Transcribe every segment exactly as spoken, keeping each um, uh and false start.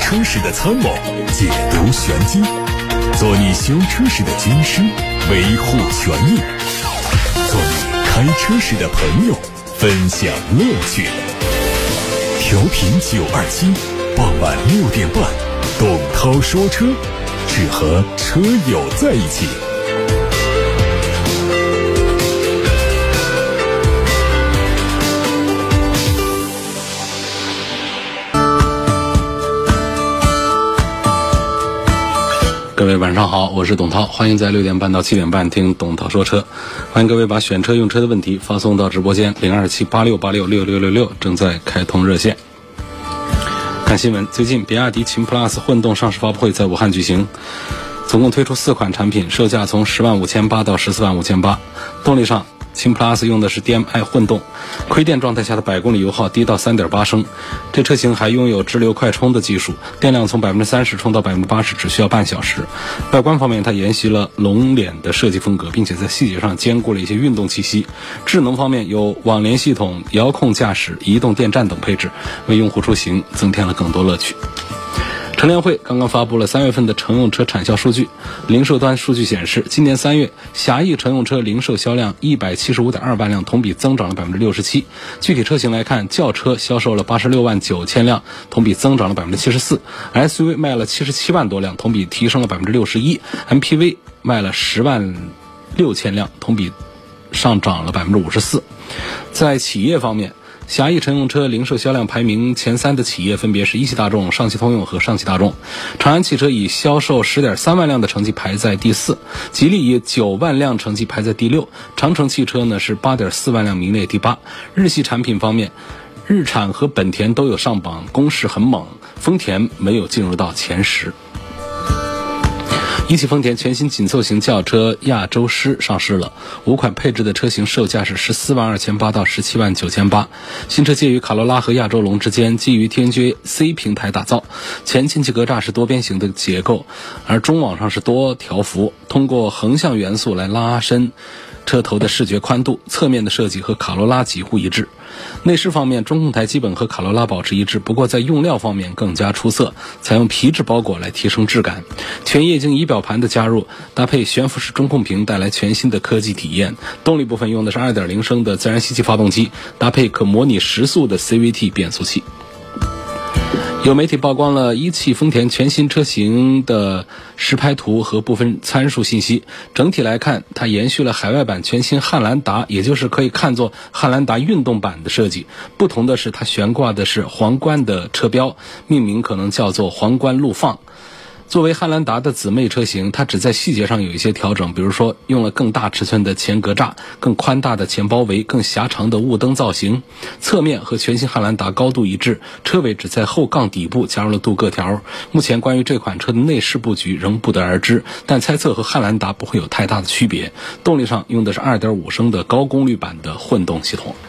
车时的参谋，解读玄机，做你修车时的军师，维护权益，做你开车时的朋友，分享乐趣。调频九二七，傍晚六点半，董涛说车，只和车友在一起。 各位晚上好，我是董涛，欢迎在六点半到七点半听董涛说车。欢迎各位把选车用车的问题发送到直播间零二七八六八六六六六六，正在开通热线。看新闻，最近比亚迪秦 Plus 混动上市发布会在武汉举行，总共推出四款产品，售价从十万五千八到十四万五千八。动力上，秦 Plus 用的是 D M I 混动，亏电状态下的百公里油耗低到 三点八升。这车型还拥有直流快充的技术，电量从 百分之三十 充到 百分之八十 只需要半小时。外观方面，它沿袭了龙脸的设计风格，并且在细节上兼顾了一些运动气息。智能方面有网联系统、遥控驾驶、移动电站等配置，为用户出行增添了更多乐趣。乘联会刚刚发布了三月份的乘用车产销数据，零售端数据显示，今年三月狭义乘用车零售销量 一百七十五点二万辆，同比增长了 百分之六十七。具体车型来看，轿车销售了八十六万九千辆，同比增长了 百分之七十四。 S U V 卖了七十七万多辆，同比提升了 百分之六十一。 M P V 卖了十万六千辆，同比上涨了 百分之五十四。 在企业方面，狭义乘用车零售销量排名前三的企业分别是一汽大众、上汽通用和上汽大众。长安汽车以销售 十点三万辆的成绩排在第四，吉利以九万辆成绩排在第六，长城汽车呢是 八点四万辆名列第八。日系产品方面，日产和本田都有上榜，攻势很猛，丰田没有进入到前十。一汽丰田全新紧凑型轿车亚洲狮上市了，五款配置的车型售价是十四万二千八到十七万九千八。新车介于卡罗拉和亚洲龙之间，基于 T N G A C 平台打造。前进气格栅是多边形的结构，而中网上是多条幅，通过横向元素来拉伸车头的视觉宽度，侧面的设计和卡罗拉几乎一致。内饰方面，中控台基本和卡罗拉保持一致，不过在用料方面更加出色，采用皮质包裹来提升质感。全液晶仪表盘的加入，搭配悬浮式中控屏，带来全新的科技体验。动力部分用的是 二点零升的自然吸气发动机，搭配可模拟时速的 C V T 变速器。有媒体曝光了一汽丰田全新车型的实拍图和部分参数信息。整体来看，它延续了海外版全新汉兰达，也就是可以看作汉兰达运动版的设计。不同的是，它悬挂的是皇冠的车标，命名可能叫做皇冠陆放。作为汉兰达的姊妹车型，它只在细节上有一些调整，比如说用了更大尺寸的前格栅、更宽大的前包围、更狭长的雾灯造型。侧面和全新汉兰达高度一致，车尾只在后杠底部加入了镀铬条。目前关于这款车的内饰布局仍不得而知，但猜测和汉兰达不会有太大的区别。动力上用的是 二点五升的高功率版的混动系统。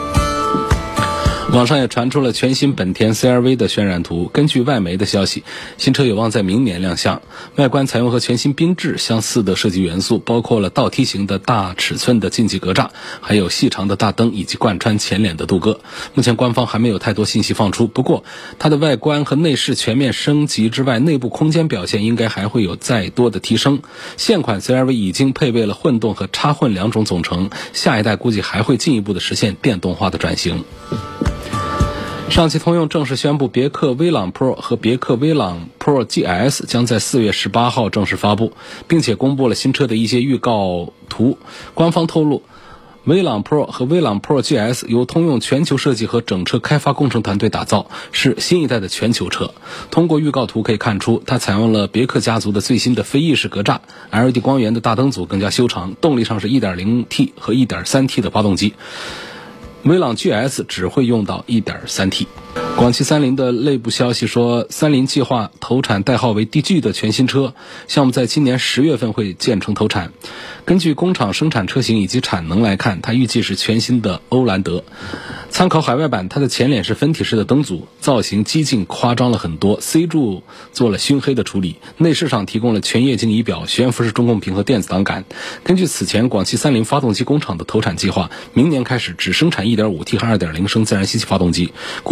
网上也传出了全新本田 C R V 的渲染图，根据外媒的消息，新车有望在明年亮相。外观采用和全新缤智相似的设计元素，包括了倒梯形的大尺寸的进气格栅，还有细长的大灯以及贯穿前脸的镀铬。目前官方还没有太多信息放出，不过它的外观和内饰全面升级之外，内部空间表现应该还会有再多的提升。现款 C R V 已经配备了混动和插混两种总成，下一代估计还会进一步的实现电动化的转型。上汽通用正式宣布，别克威朗 Pro 和别克威朗 Pro G S 将在四月十八号正式发布，并且公布了新车的一些预告图。官方透露，威朗 Pro 和威朗 Pro G S 由通用全球设计和整车开发工程团队打造，是新一代的全球车。通过预告图可以看出，它采用了别克家族的最新的飞翼式格栅， L E D 光源的大灯组更加修长，动力上是 一点零 T 和 一点三 T 的发动机。威朗 G S 只会用到 一点三 T。 广汽三菱的内部消息说，三菱计划投产代号为 D G 的全新车，项目在今年十月份会建成投产。根据工厂生产车型以及产能来看，它预计是全新的欧蓝德。参考海外版，它的前脸是分体式的灯组，造型激进夸张了很多， C 柱做了熏黑的处理。内饰上提供了全液晶仪表、悬浮式中控屏和电子档杆。根据此前广汽三菱发动机工厂的投产计划，明年开始只生产 一点五 T 和 二点零升自然吸气发动机，估计国产后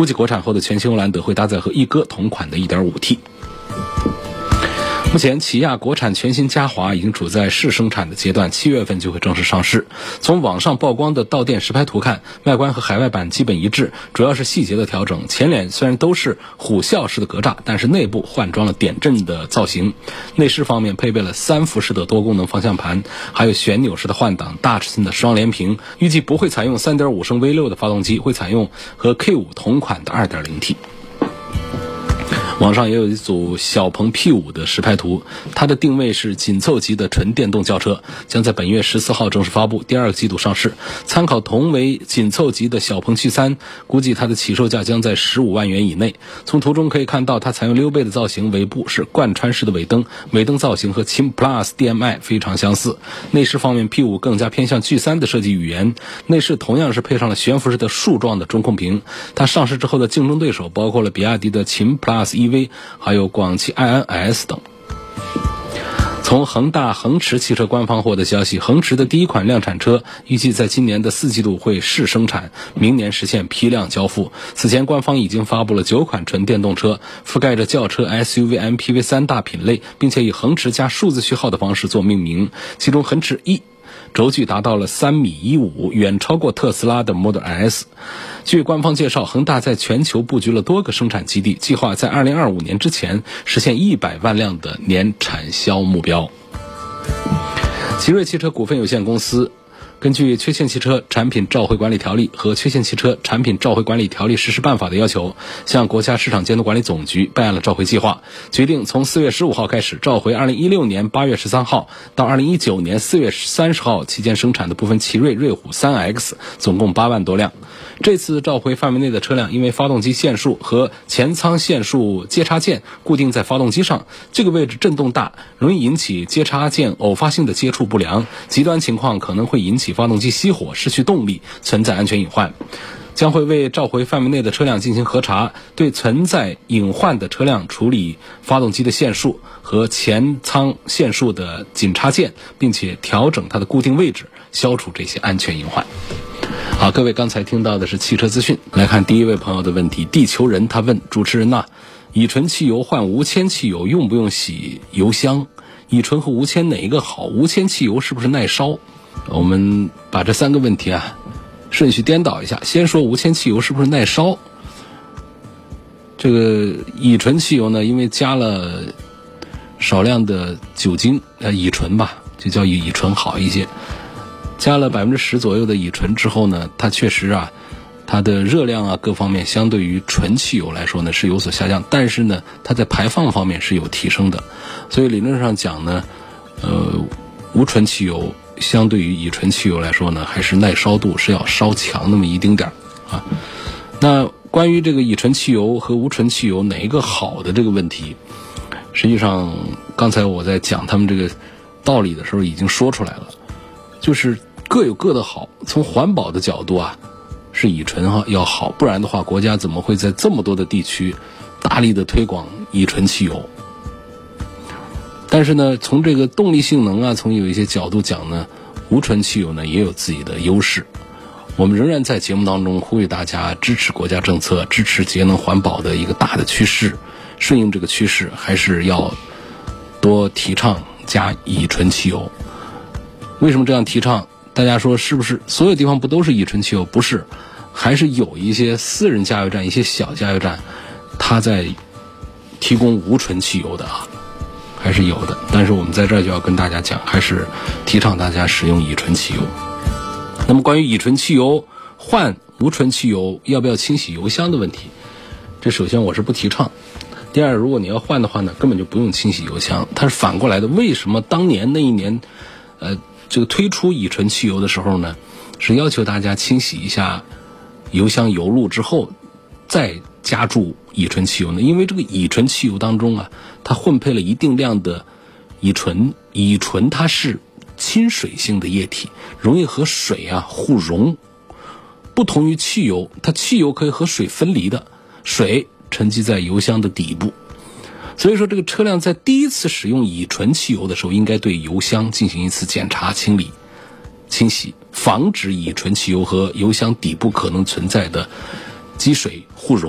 后的全新欧蓝德会搭载和一哥同款的 一点五 T。目前起亚国产全新嘉华已经处在试生产的阶段，七月份就会正式上市。从网上曝光的到店实拍图看，外观和海外版基本一致，主要是细节的调整。前脸虽然都是虎啸式的格栅，但是内部换装了点阵的造型。内饰方面配备了三辐式的多功能方向盘，还有旋钮式的换挡，大尺寸的双联屏。预计不会采用 三点五 升 V 六 的发动机，会采用和 K 五 同款的 二点零 T。网上也有一组小鹏 P 五 的实拍图，它的定位是紧凑级的纯电动轿车，将在本月十四号正式发布，第二个季度上市。参考同为紧凑级的小鹏 G 三，估计它的起售价将在十五万元以内。从图中可以看到，它采用溜背的造型，尾部是贯穿式的尾灯，尾灯造型和秦 Plus D M I 非常相似。内饰方面 P 五 更加偏向 G 三的设计语言，内饰同样是配上了悬浮式的竖状的中控屏。它上市之后的竞争对手包括了比亚迪的秦 Plus E V，还有广汽埃安 S 等。从恒大恒驰汽车官方获得消息，恒驰的第一款量产车预计在今年的四季度会试生产，明年实现批量交付。此前官方已经发布了九款纯电动车，覆盖着轿车、S U V、M P V 三大品类，并且以恒驰加数字序号的方式做命名。其中恒驰一轴距达到了三米一五，远超过特斯拉的 Model S。据官方介绍，恒大在全球布局了多个生产基地，计划在二零二五年之前实现一百万辆的年产销目标。奇瑞汽车股份有限公司根据《缺陷汽车产品召回管理条例》和《缺陷汽车产品召回管理条例实施办法》的要求，向国家市场监督管理总局备案了召回计划，决定从四月十五号开始召回二零一六年八月十三号到二零一九年四月三十号期间生产的部分奇瑞瑞虎 三 X， 总共八万多辆。这次召回范围内的车辆因为发动机线束和前舱线束接插件固定在发动机上，这个位置震动大，容易引起接插件偶发性的接触不良，极端情况可能会引起发动机熄火失去动力，存在安全隐患。将会为召回范围内的车辆进行核查，对存在隐患的车辆处理发动机的线束和前舱线束的紧插件，并且调整它的固定位置，消除这些安全隐患。好，各位刚才听到的是汽车资讯。来看第一位朋友的问题，地球人他问主持人呐、啊，乙醇汽油换无铅汽油用不用洗油箱？乙醇和无铅哪一个好？无铅汽油是不是耐烧？我们把这三个问题啊顺序颠倒一下，先说无铅汽油是不是耐烧。这个乙醇汽油呢，因为加了少量的酒精，呃，乙醇吧，就叫乙醇好一些。加了百分之十左右的乙醇之后呢，它确实啊，它的热量啊各方面相对于纯汽油来说呢是有所下降，但是呢，它在排放方面是有提升的。所以理论上讲呢，呃，无醇汽油相对于乙醇汽油来说呢，还是耐烧度是要稍强那么一丁点儿啊。那关于这个乙醇汽油和无醇汽油哪一个好的这个问题，实际上刚才我在讲他们这个道理的时候已经说出来了，就是各有各的好。从环保的角度啊，是乙醇哈要好，不然的话国家怎么会在这么多的地区大力的推广乙醇汽油？但是呢，从这个动力性能啊，从有一些角度讲呢，无醇汽油呢也有自己的优势。我们仍然在节目当中呼吁大家支持国家政策，支持节能环保的一个大的趋势，顺应这个趋势，还是要多提倡加乙醇汽油。为什么这样提倡？大家说是不是所有地方不都是乙醇汽油？不是，还是有一些私人加油站、一些小加油站，它在提供无醇汽油的啊，还是有的。但是我们在这儿就要跟大家讲，还是提倡大家使用乙醇汽油。那么关于乙醇汽油换无醇汽油要不要清洗油箱的问题，这首先我是不提倡。第二，如果你要换的话呢，根本就不用清洗油箱。它是反过来的。为什么当年那一年呃这个推出乙醇汽油的时候呢，是要求大家清洗一下油箱油路之后再加注乙醇汽油呢？因为这个乙醇汽油当中啊，它混配了一定量的乙醇，乙醇它是亲水性的液体，容易和水啊互溶。不同于汽油，它汽油可以和水分离的，水沉积在油箱的底部。所以说这个车辆在第一次使用乙醇汽油的时候，应该对油箱进行一次检查清理清洗，防止乙醇汽油和油箱底部可能存在的积水互溶，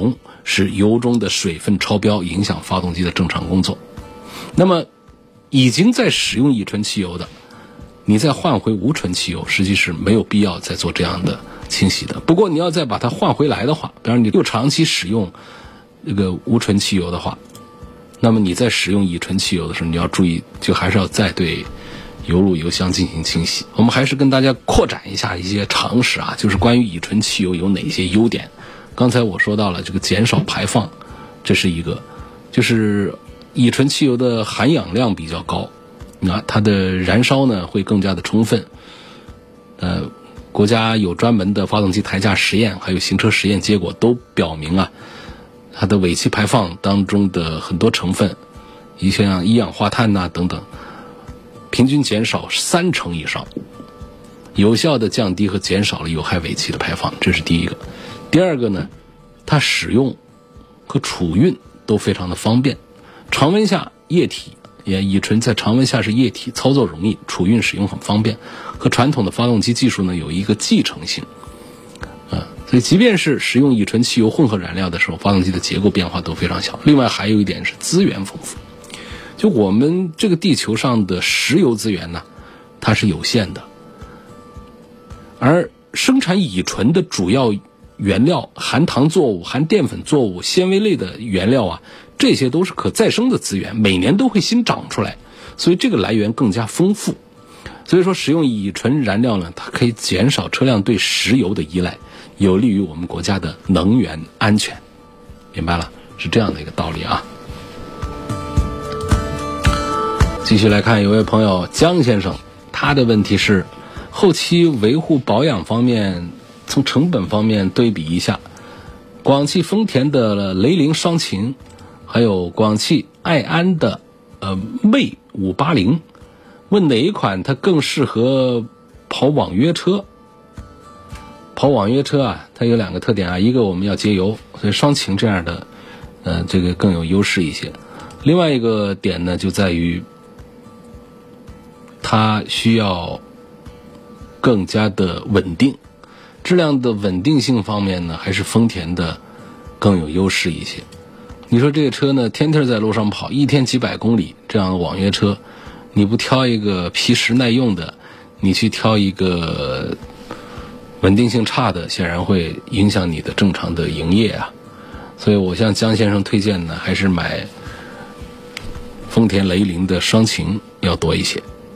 使油中的水分超标，影响发动机的正常工作。那么已经在使用乙醇汽油的，你再换回无醇汽油，实际是没有必要再做这样的清洗的。不过你要再把它换回来的话，比方你又长期使用这个无醇汽油的话，那么你在使用乙醇汽油的时候，你要注意，就还是要再对油路油箱进行清洗。我们还是跟大家扩展一下一些常识啊，就是关于乙醇汽油有哪些优点。刚才我说到了这个减少排放，这是一个，就是乙醇汽油的含氧量比较高，那它的燃烧呢会更加的充分。呃，国家有专门的发动机抬架实验，还有行车实验结果都表明啊，它的尾气排放当中的很多成分，一些像一氧化碳呐、啊、等等，平均减少三成以上，有效的降低和减少了有害尾气的排放，这是第一个。第二个呢，它使用和储运都非常的方便。常温下液体，也乙醇在常温下是液体，操作容易，储运使用很方便，和传统的发动机技术呢有一个继承性。啊，所以即便是使用乙醇汽油混合燃料的时候，发动机的结构变化都非常小。另外还有一点是资源丰富，就我们这个地球上的石油资源呢，它是有限的，而生产乙醇的主要原料含糖作物、含淀粉作物、纤维类的原料啊，这些都是可再生的资源，每年都会新长出来，所以这个来源更加丰富。所以说使用乙醇燃料呢，它可以减少车辆对石油的依赖，有利于我们国家的能源安全。明白了，是这样的一个道理啊。继续来看，有位朋友江先生，他的问题是后期维护保养方面，从成本方面对比一下广汽丰田的雷凌双擎，还有广汽埃安的呃魅五八零，问哪一款它更适合跑网约车。跑网约车啊，它有两个特点啊，一个我们要节油，所以双擎这样的呃这个更有优势一些。另外一个点呢，就在于它需要更加的稳定，质量的稳定性方面呢，还是丰田的更有优势一些。你说这个车呢，天天在路上跑，一天几百公里，这样的网约车，你不挑一个皮实耐用的，你去挑一个稳定性差的，显然会影响你的正常的营业啊。所以我向江先生推荐呢，还是买丰田雷凌的双擎要多一些。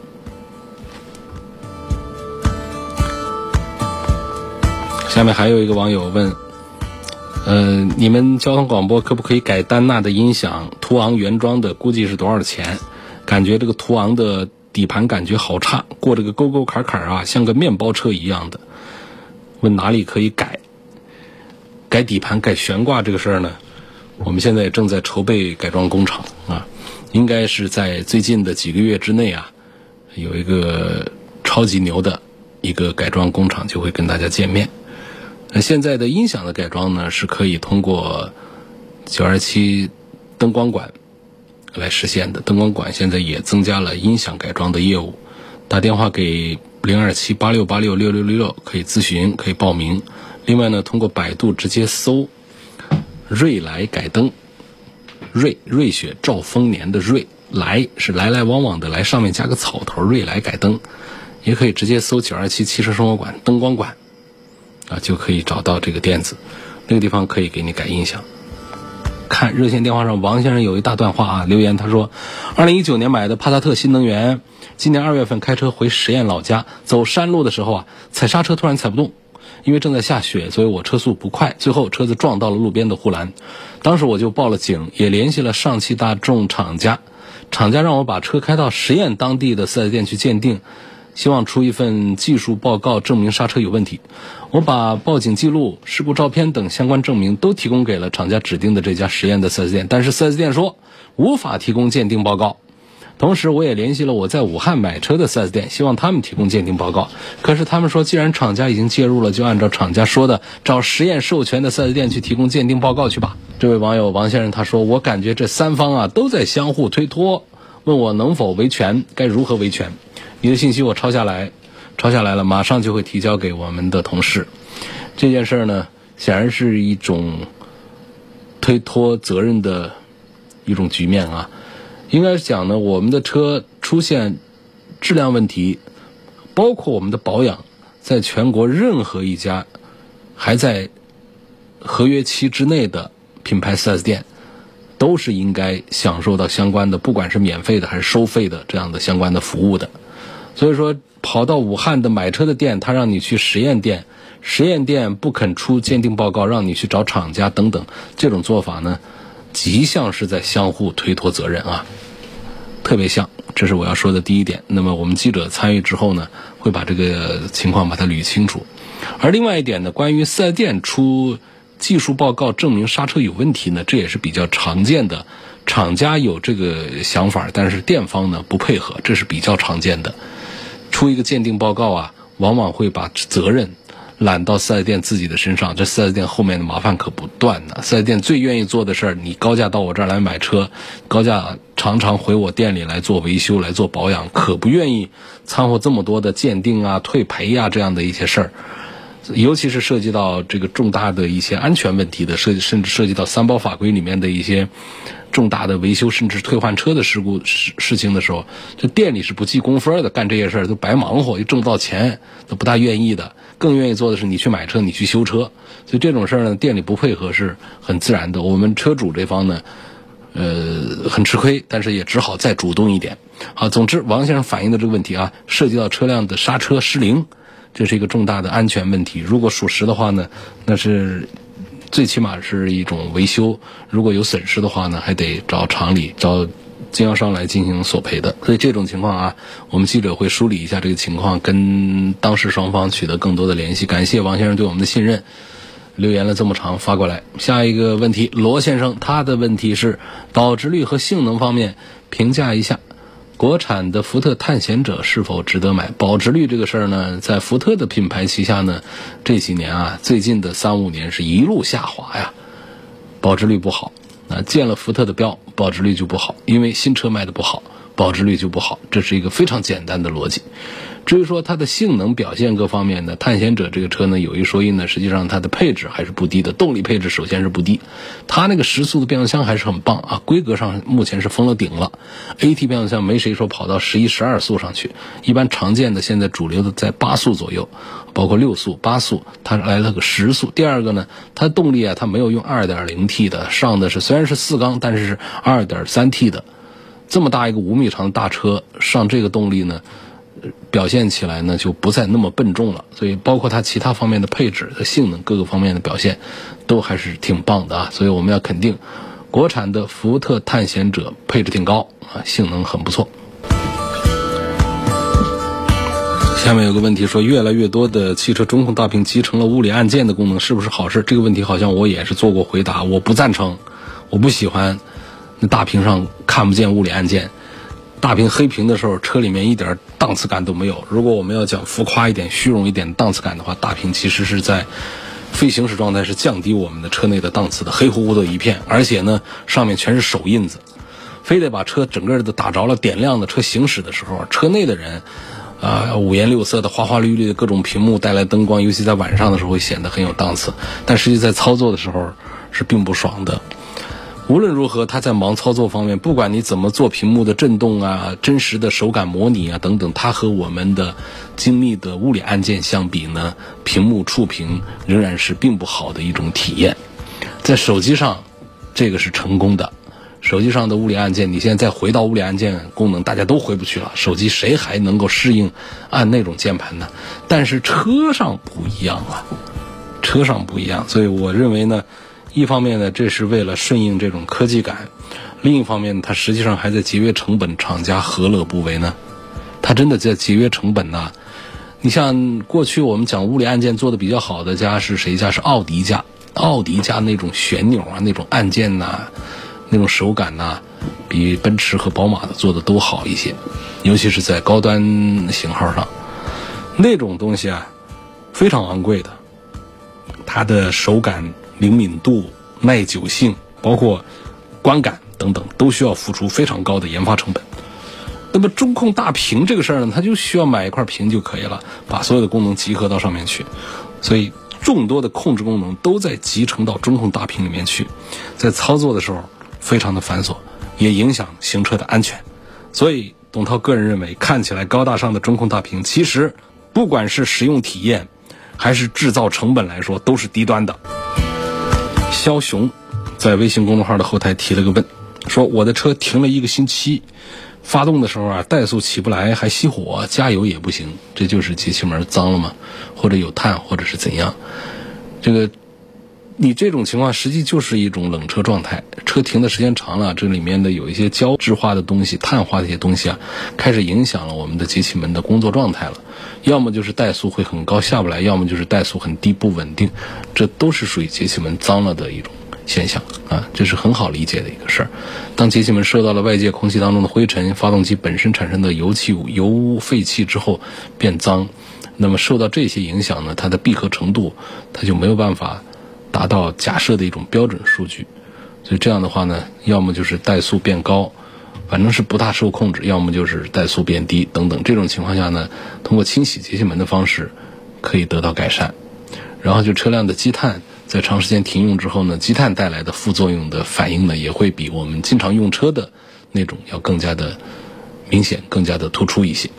下面还有一个网友问，呃，你们交通广播可不可以改丹纳的音响？途昂原装的估计是多少钱？感觉这个途昂的底盘感觉好差，过这个沟沟坎坎啊，像个面包车一样的。问哪里可以改？改底盘、改悬挂这个事儿呢，我们现在也正在筹备改装工厂啊，应该是在最近的几个月之内啊，有一个超级牛的一个改装工厂就会跟大家见面。那现在的音响的改装呢，是可以通过九二七灯光馆来实现的。灯光馆现在也增加了音响改装的业务，打电话给零二七八六八六六六六六可以咨询，可以报名。另外呢，通过百度直接搜瑞来改灯，瑞瑞雪兆丰年的瑞，来是来来往往的来，上面加个草头，瑞来改灯。也可以直接搜九二七汽车生活馆灯光馆啊，就可以找到这个店子，那个地方可以给你改音响。看热线电话上王先生有一大段话啊，留言他说，二零一九年买的帕萨特新能源，今年二月份开车回十堰老家，走山路的时候啊，踩刹车突然踩不动，因为正在下雪，所以我车速不快，最后车子撞到了路边的护栏。当时我就报了警，也联系了上汽大众厂家，厂家让我把车开到十堰当地的四 S 店去鉴定，希望出一份技术报告证明刹车有问题。我把报警记录、事故照片等相关证明都提供给了厂家指定的这家实验的 四 S 店，但是 四 S 店说无法提供鉴定报告。同时我也联系了我在武汉买车的 四 S 店，希望他们提供鉴定报告。可是他们说既然厂家已经介入了，就按照厂家说的找实验授权的 四 S 店去提供鉴定报告去吧。这位网友王先生他说，我感觉这三方啊都在相互推脱，问我能否维权，该如何维权。你的信息我抄下来抄下来了，马上就会提交给我们的同事。这件事呢，显然是一种推脱责任的一种局面啊。应该是讲呢，我们的车出现质量问题，包括我们的保养，在全国任何一家还在合约期之内的品牌 四 S 店，都是应该享受到相关的，不管是免费的还是收费的这样的相关的服务的。所以说跑到武汉的买车的店，他让你去实验店，实验店不肯出鉴定报告，让你去找厂家等等，这种做法呢，极像是在相互推脱责任啊，特别像。这是我要说的第一点。那么我们记者参与之后呢，会把这个情况把它捋清楚。而另外一点呢，关于四 S 店出技术报告证明刹车有问题呢，这也是比较常见的。厂家有这个想法，但是店方呢不配合，这是比较常见的。出一个鉴定报告啊，往往会把责任揽到四 S 店自己的身上，这四 S 店后面的麻烦可不断呢。四 S 店最愿意做的事儿，你高价到我这儿来买车，高价常常回我店里来做维修、来做保养，可不愿意掺和这么多的鉴定啊、退赔啊这样的一些事儿。尤其是涉及到这个重大的一些安全问题的，涉甚至涉及到三包法规里面的一些重大的维修甚至退换车的事故事事情的时候，这店里是不计工分的，干这些事儿都白忙活，又挣不到钱，都不大愿意的。更愿意做的是你去买车，你去修车。所以这种事儿呢，店里不配合是很自然的。我们车主这方呢，呃，很吃亏，但是也只好再主动一点。好，总之王先生反映的这个问题啊，涉及到车辆的刹车失灵，这是一个重大的安全问题。如果属实的话呢，那是最起码是一种维修，如果有损失的话呢，还得找厂里找经销商来进行索赔的。所以这种情况啊，我们记者会梳理一下这个情况，跟当事双方取得更多的联系。感谢王先生对我们的信任，留言了这么长发过来。下一个问题，罗先生他的问题是保值率和性能方面评价一下国产的福特探险者是否值得买。保值率这个事儿呢，在福特的品牌旗下呢，这几年啊，最近的三五年是一路下滑呀，保值率不好。那见了福特的标，保值率就不好，因为新车卖的不好，保值率就不好，这是一个非常简单的逻辑。至于说它的性能表现各方面呢，探险者这个车呢有一说一呢，实际上它的配置还是不低的，动力配置首先是不低，它那个十速的变速箱还是很棒啊，规格上目前是封了顶了。A T 变速箱没谁说跑到十一、十二速上去，一般常见的现在主流的在八速左右，包括六速、八速，它来了个十速。第二个呢，它动力啊，它没有用 二点零 T 的，上的是虽然是四缸，但是是 二点三 T 的，这么大一个五米长的大车上这个动力呢，表现起来呢就不再那么笨重了。所以包括它其他方面的配置和性能各个方面的表现都还是挺棒的啊。所以我们要肯定国产的福特探险者配置挺高啊，性能很不错。下面有个问题说，越来越多的汽车中控大屏集成了物理按键的功能，是不是好事？这个问题好像我也是做过回答，我不赞成，我不喜欢那大屏上看不见物理按键。大屏黑屏的时候，车里面一点档次感都没有。如果我们要讲浮夸一点、虚荣一点档次感的话，大屏其实是在非行驶状态是降低我们的车内的档次的，黑乎乎的一片，而且呢上面全是手印子，非得把车整个的打着了点亮的车行驶的时候，车内的人啊、呃，五颜六色的花花绿绿的各种屏幕带来灯光，尤其在晚上的时候会显得很有档次，但实际在操作的时候是并不爽的。无论如何，它在盲操作方面，不管你怎么做屏幕的震动啊、真实的手感模拟啊等等，它和我们的精密的物理按键相比呢，屏幕触屏仍然是并不好的一种体验。在手机上，这个是成功的。手机上的物理按键，你现在再回到物理按键功能，大家都回不去了。手机谁还能够适应按那种键盘呢？但是车上不一样啊，车上不一样。所以我认为呢，一方面呢，这是为了顺应这种科技感；另一方面，它实际上还在节约成本，厂家何乐不为呢？它真的在节约成本呐、啊。你像过去我们讲物理按键做的比较好的家是谁家？是奥迪家。奥迪家那种旋钮啊，那种按键呐、啊，那种手感呐、啊，比奔驰和宝马的做的都好一些，尤其是在高端型号上，那种东西啊，非常昂贵的，它的手感、灵敏度、耐久性，包括观感等等，都需要付出非常高的研发成本。那么中控大屏这个事儿呢，它就需要买一块屏就可以了，把所有的功能集合到上面去。所以众多的控制功能都在集成到中控大屏里面去，在操作的时候非常的繁琐，也影响行车的安全。所以董涛个人认为，看起来高大上的中控大屏，其实不管是使用体验还是制造成本来说都是低端的。肖雄在微信公众号的后台提了个问，说我的车停了一个星期，发动的时候啊怠速起不来，还熄火，加油也不行，这就是节气门脏了吗？或者有碳，或者是怎样？这个你这种情况实际就是一种冷车状态，车停的时间长了，这里面的有一些胶质化的东西、碳化的一些东西啊，开始影响了我们的节气门的工作状态了。要么就是怠速会很高下不来，要么就是怠速很低不稳定，这都是属于节气门脏了的一种现象啊，这是很好理解的一个事儿。当节气门受到了外界空气当中的灰尘、发动机本身产生的油气、油污、废气之后变脏，那么受到这些影响呢，它的闭合程度它就没有办法达到假设的一种标准数据。所以这样的话呢，要么就是怠速变高，反正是不大受控制，要么就是怠速变低等等。这种情况下呢，通过清洗节气门的方式可以得到改善。然后就车辆的积碳在长时间停用之后呢，积碳带来的副作用的反应呢，也会比我们经常用车的那种要更加的明显，更加的突出一些。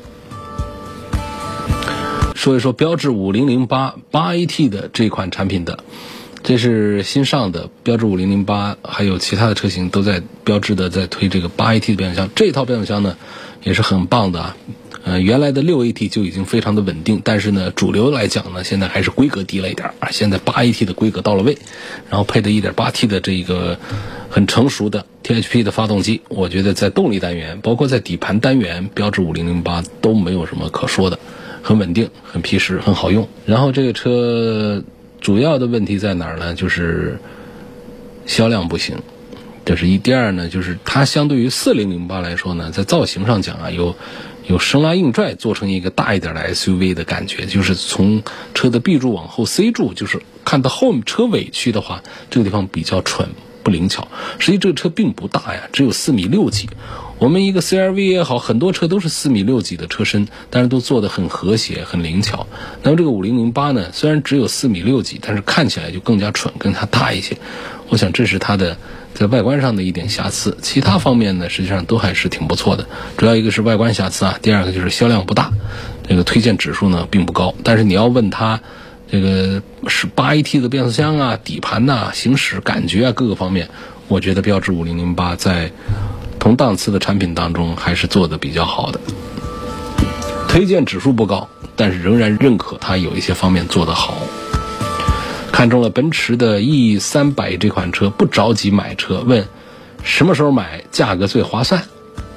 说一说标致五零零八 八 A T 的这款产品的，这是新上的标致五零零八，还有其他的车型都在标致的在推这个 八 A T 的变速箱。这套变速箱呢也是很棒的啊，呃，原来的六 A T 就已经非常的稳定，但是呢主流来讲呢，现在还是规格低了一点啊，现在 八 A T 的规格到了位，然后配的 一点八 T 的这个很成熟的 T H P 的发动机，我觉得在动力单元包括在底盘单元，标致五零零八都没有什么可说的，很稳定，很皮实，很好用。然后这个车主要的问题在哪儿呢？就是销量不行，这是一。第二呢，就是它相对于四零零八来说呢，在造型上讲啊，有有生拉硬拽做成一个大一点的 S U V 的感觉，就是从车的 B 柱往后 C 柱，就是看到后面车尾区的话，这个地方比较蠢不灵巧。实际这个车并不大呀，只有四米六几。我们一个 C R V 也好，很多车都是四米六几的车身，但是都做得很和谐很灵巧。那么这个五零零八呢，虽然只有四米六几，但是看起来就更加蠢，更加大一些。我想这是它的在外观上的一点瑕疵，其他方面呢实际上都还是挺不错的。主要一个是外观瑕疵啊，第二个就是销量不大，这个推荐指数呢并不高。但是你要问它这个是 八 A T 的变速箱啊、底盘呐、行驶感觉啊各个方面，我觉得标致五零零八在同档次的产品当中还是做的比较好的。推荐指数不高，但是仍然认可它有一些方面做得好。看中了奔驰的 E 三百 这款车，不着急买车，问什么时候买价格最划算。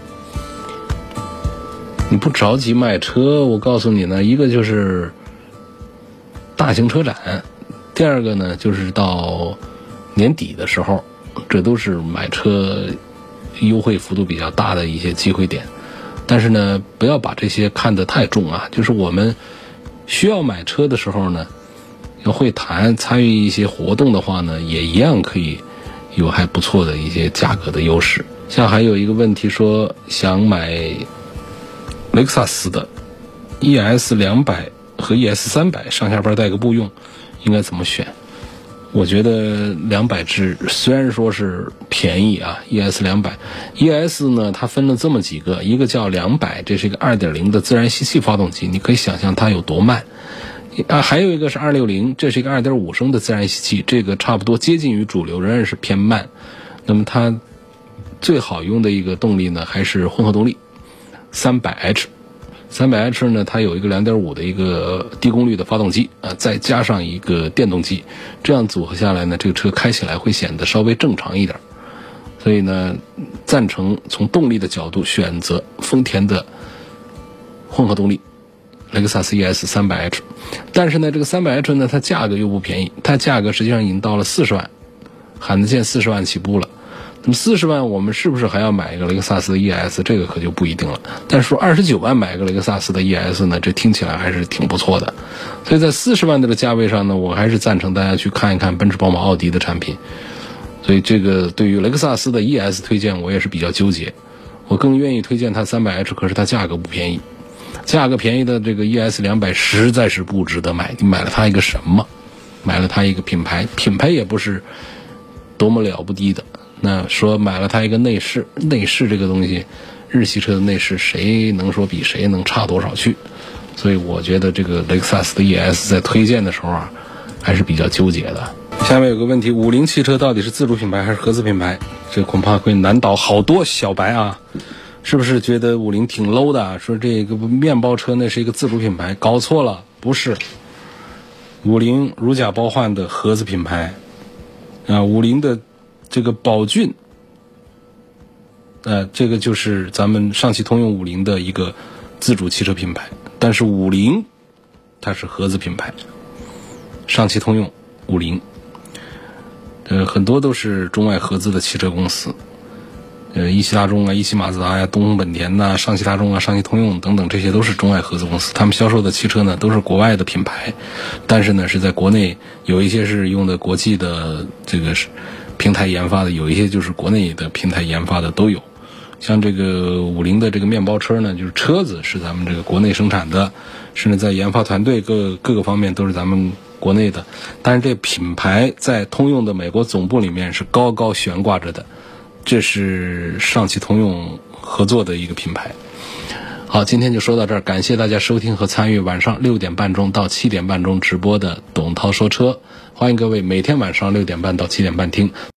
你不着急买车，我告诉你呢，一个就是大型车展，第二个呢就是到年底的时候，这都是买车优惠幅度比较大的一些机会点。但是呢不要把这些看得太重啊，就是我们需要买车的时候呢，要会谈，参与一些活动的话呢，也一样可以有还不错的一些价格的优势。像还有一个问题说想买雷克萨斯的 E S 两百 和 E S 三百 上下班带个步用，应该怎么选？我觉得两百只虽然说是便宜啊 ，E S 两百 ，E S 呢它分了这么几个，一个叫两百，这是一个 二点零 的自然吸气发动机，你可以想象它有多慢。啊，还有一个是二六零，这是一个 二点五 升的自然吸气，这个差不多接近于主流，仍然是偏慢。那么它最好用的一个动力呢，还是混合动力 三百 H。三百 H 呢，它有一个 两点五 的一个低功率的发动机啊，再加上一个电动机，这样组合下来呢，这个车开起来会显得稍微正常一点。所以呢，赞成从动力的角度选择丰田的混合动力雷克萨斯 E S 三百 H。 但是呢这个 三百 H 呢，它价格又不便宜，它价格实际上已经到了四十万，喊得见四十万起步了。那么四十万我们是不是还要买一个雷克萨斯的 E S， 这个可就不一定了。但是说二十九万买一个雷克萨斯的 E S 呢，这听起来还是挺不错的。所以在四十万的这个价位上呢，我还是赞成大家去看一看奔驰宝马奥迪的产品。所以这个对于雷克萨斯的 E S 推荐我也是比较纠结，我更愿意推荐它 三百 H， 可是它价格不便宜，价格便宜的这个 E S 两百 实在是不值得买，你买了它一个什么？ 买了它一个品牌，品牌也不是多么了不地的。那说买了它一个内饰，内饰这个东西，日系车的内饰谁能说比谁能差多少去？所以我觉得这个雷克萨斯的 E S 在推荐的时候啊，还是比较纠结的。下面有个问题，五菱汽车到底是自主品牌还是合资品牌？这恐怕会难倒好多小白啊！是不是觉得五菱挺 low 的？说这个面包车那是一个自主品牌，搞错了，不是。五菱如假包换的合资品牌啊，五菱的这个宝骏，呃，这个就是咱们上汽通用五菱的一个自主汽车品牌，但是五菱它是合资品牌，上汽通用五菱。呃，很多都是中外合资的汽车公司，呃，一汽大众啊、一汽马自达呀、东风本田呐、上汽大众啊、上汽通用等等，这些都是中外合资公司。他们销售的汽车呢，都是国外的品牌，但是呢，是在国内有一些是用的国际的这个平台研发的，有一些就是国内的平台研发的都有。像这个五菱的这个面包车呢，就是车子是咱们这个国内生产的，甚至在研发团队各各个方面都是咱们国内的，但是这品牌在通用的美国总部里面是高高悬挂着的，这是上汽通用合作的一个品牌。好，今天就说到这儿，感谢大家收听和参与晚上六点半钟到七点半钟直播的董涛说车，欢迎各位每天晚上六点半到七点半听。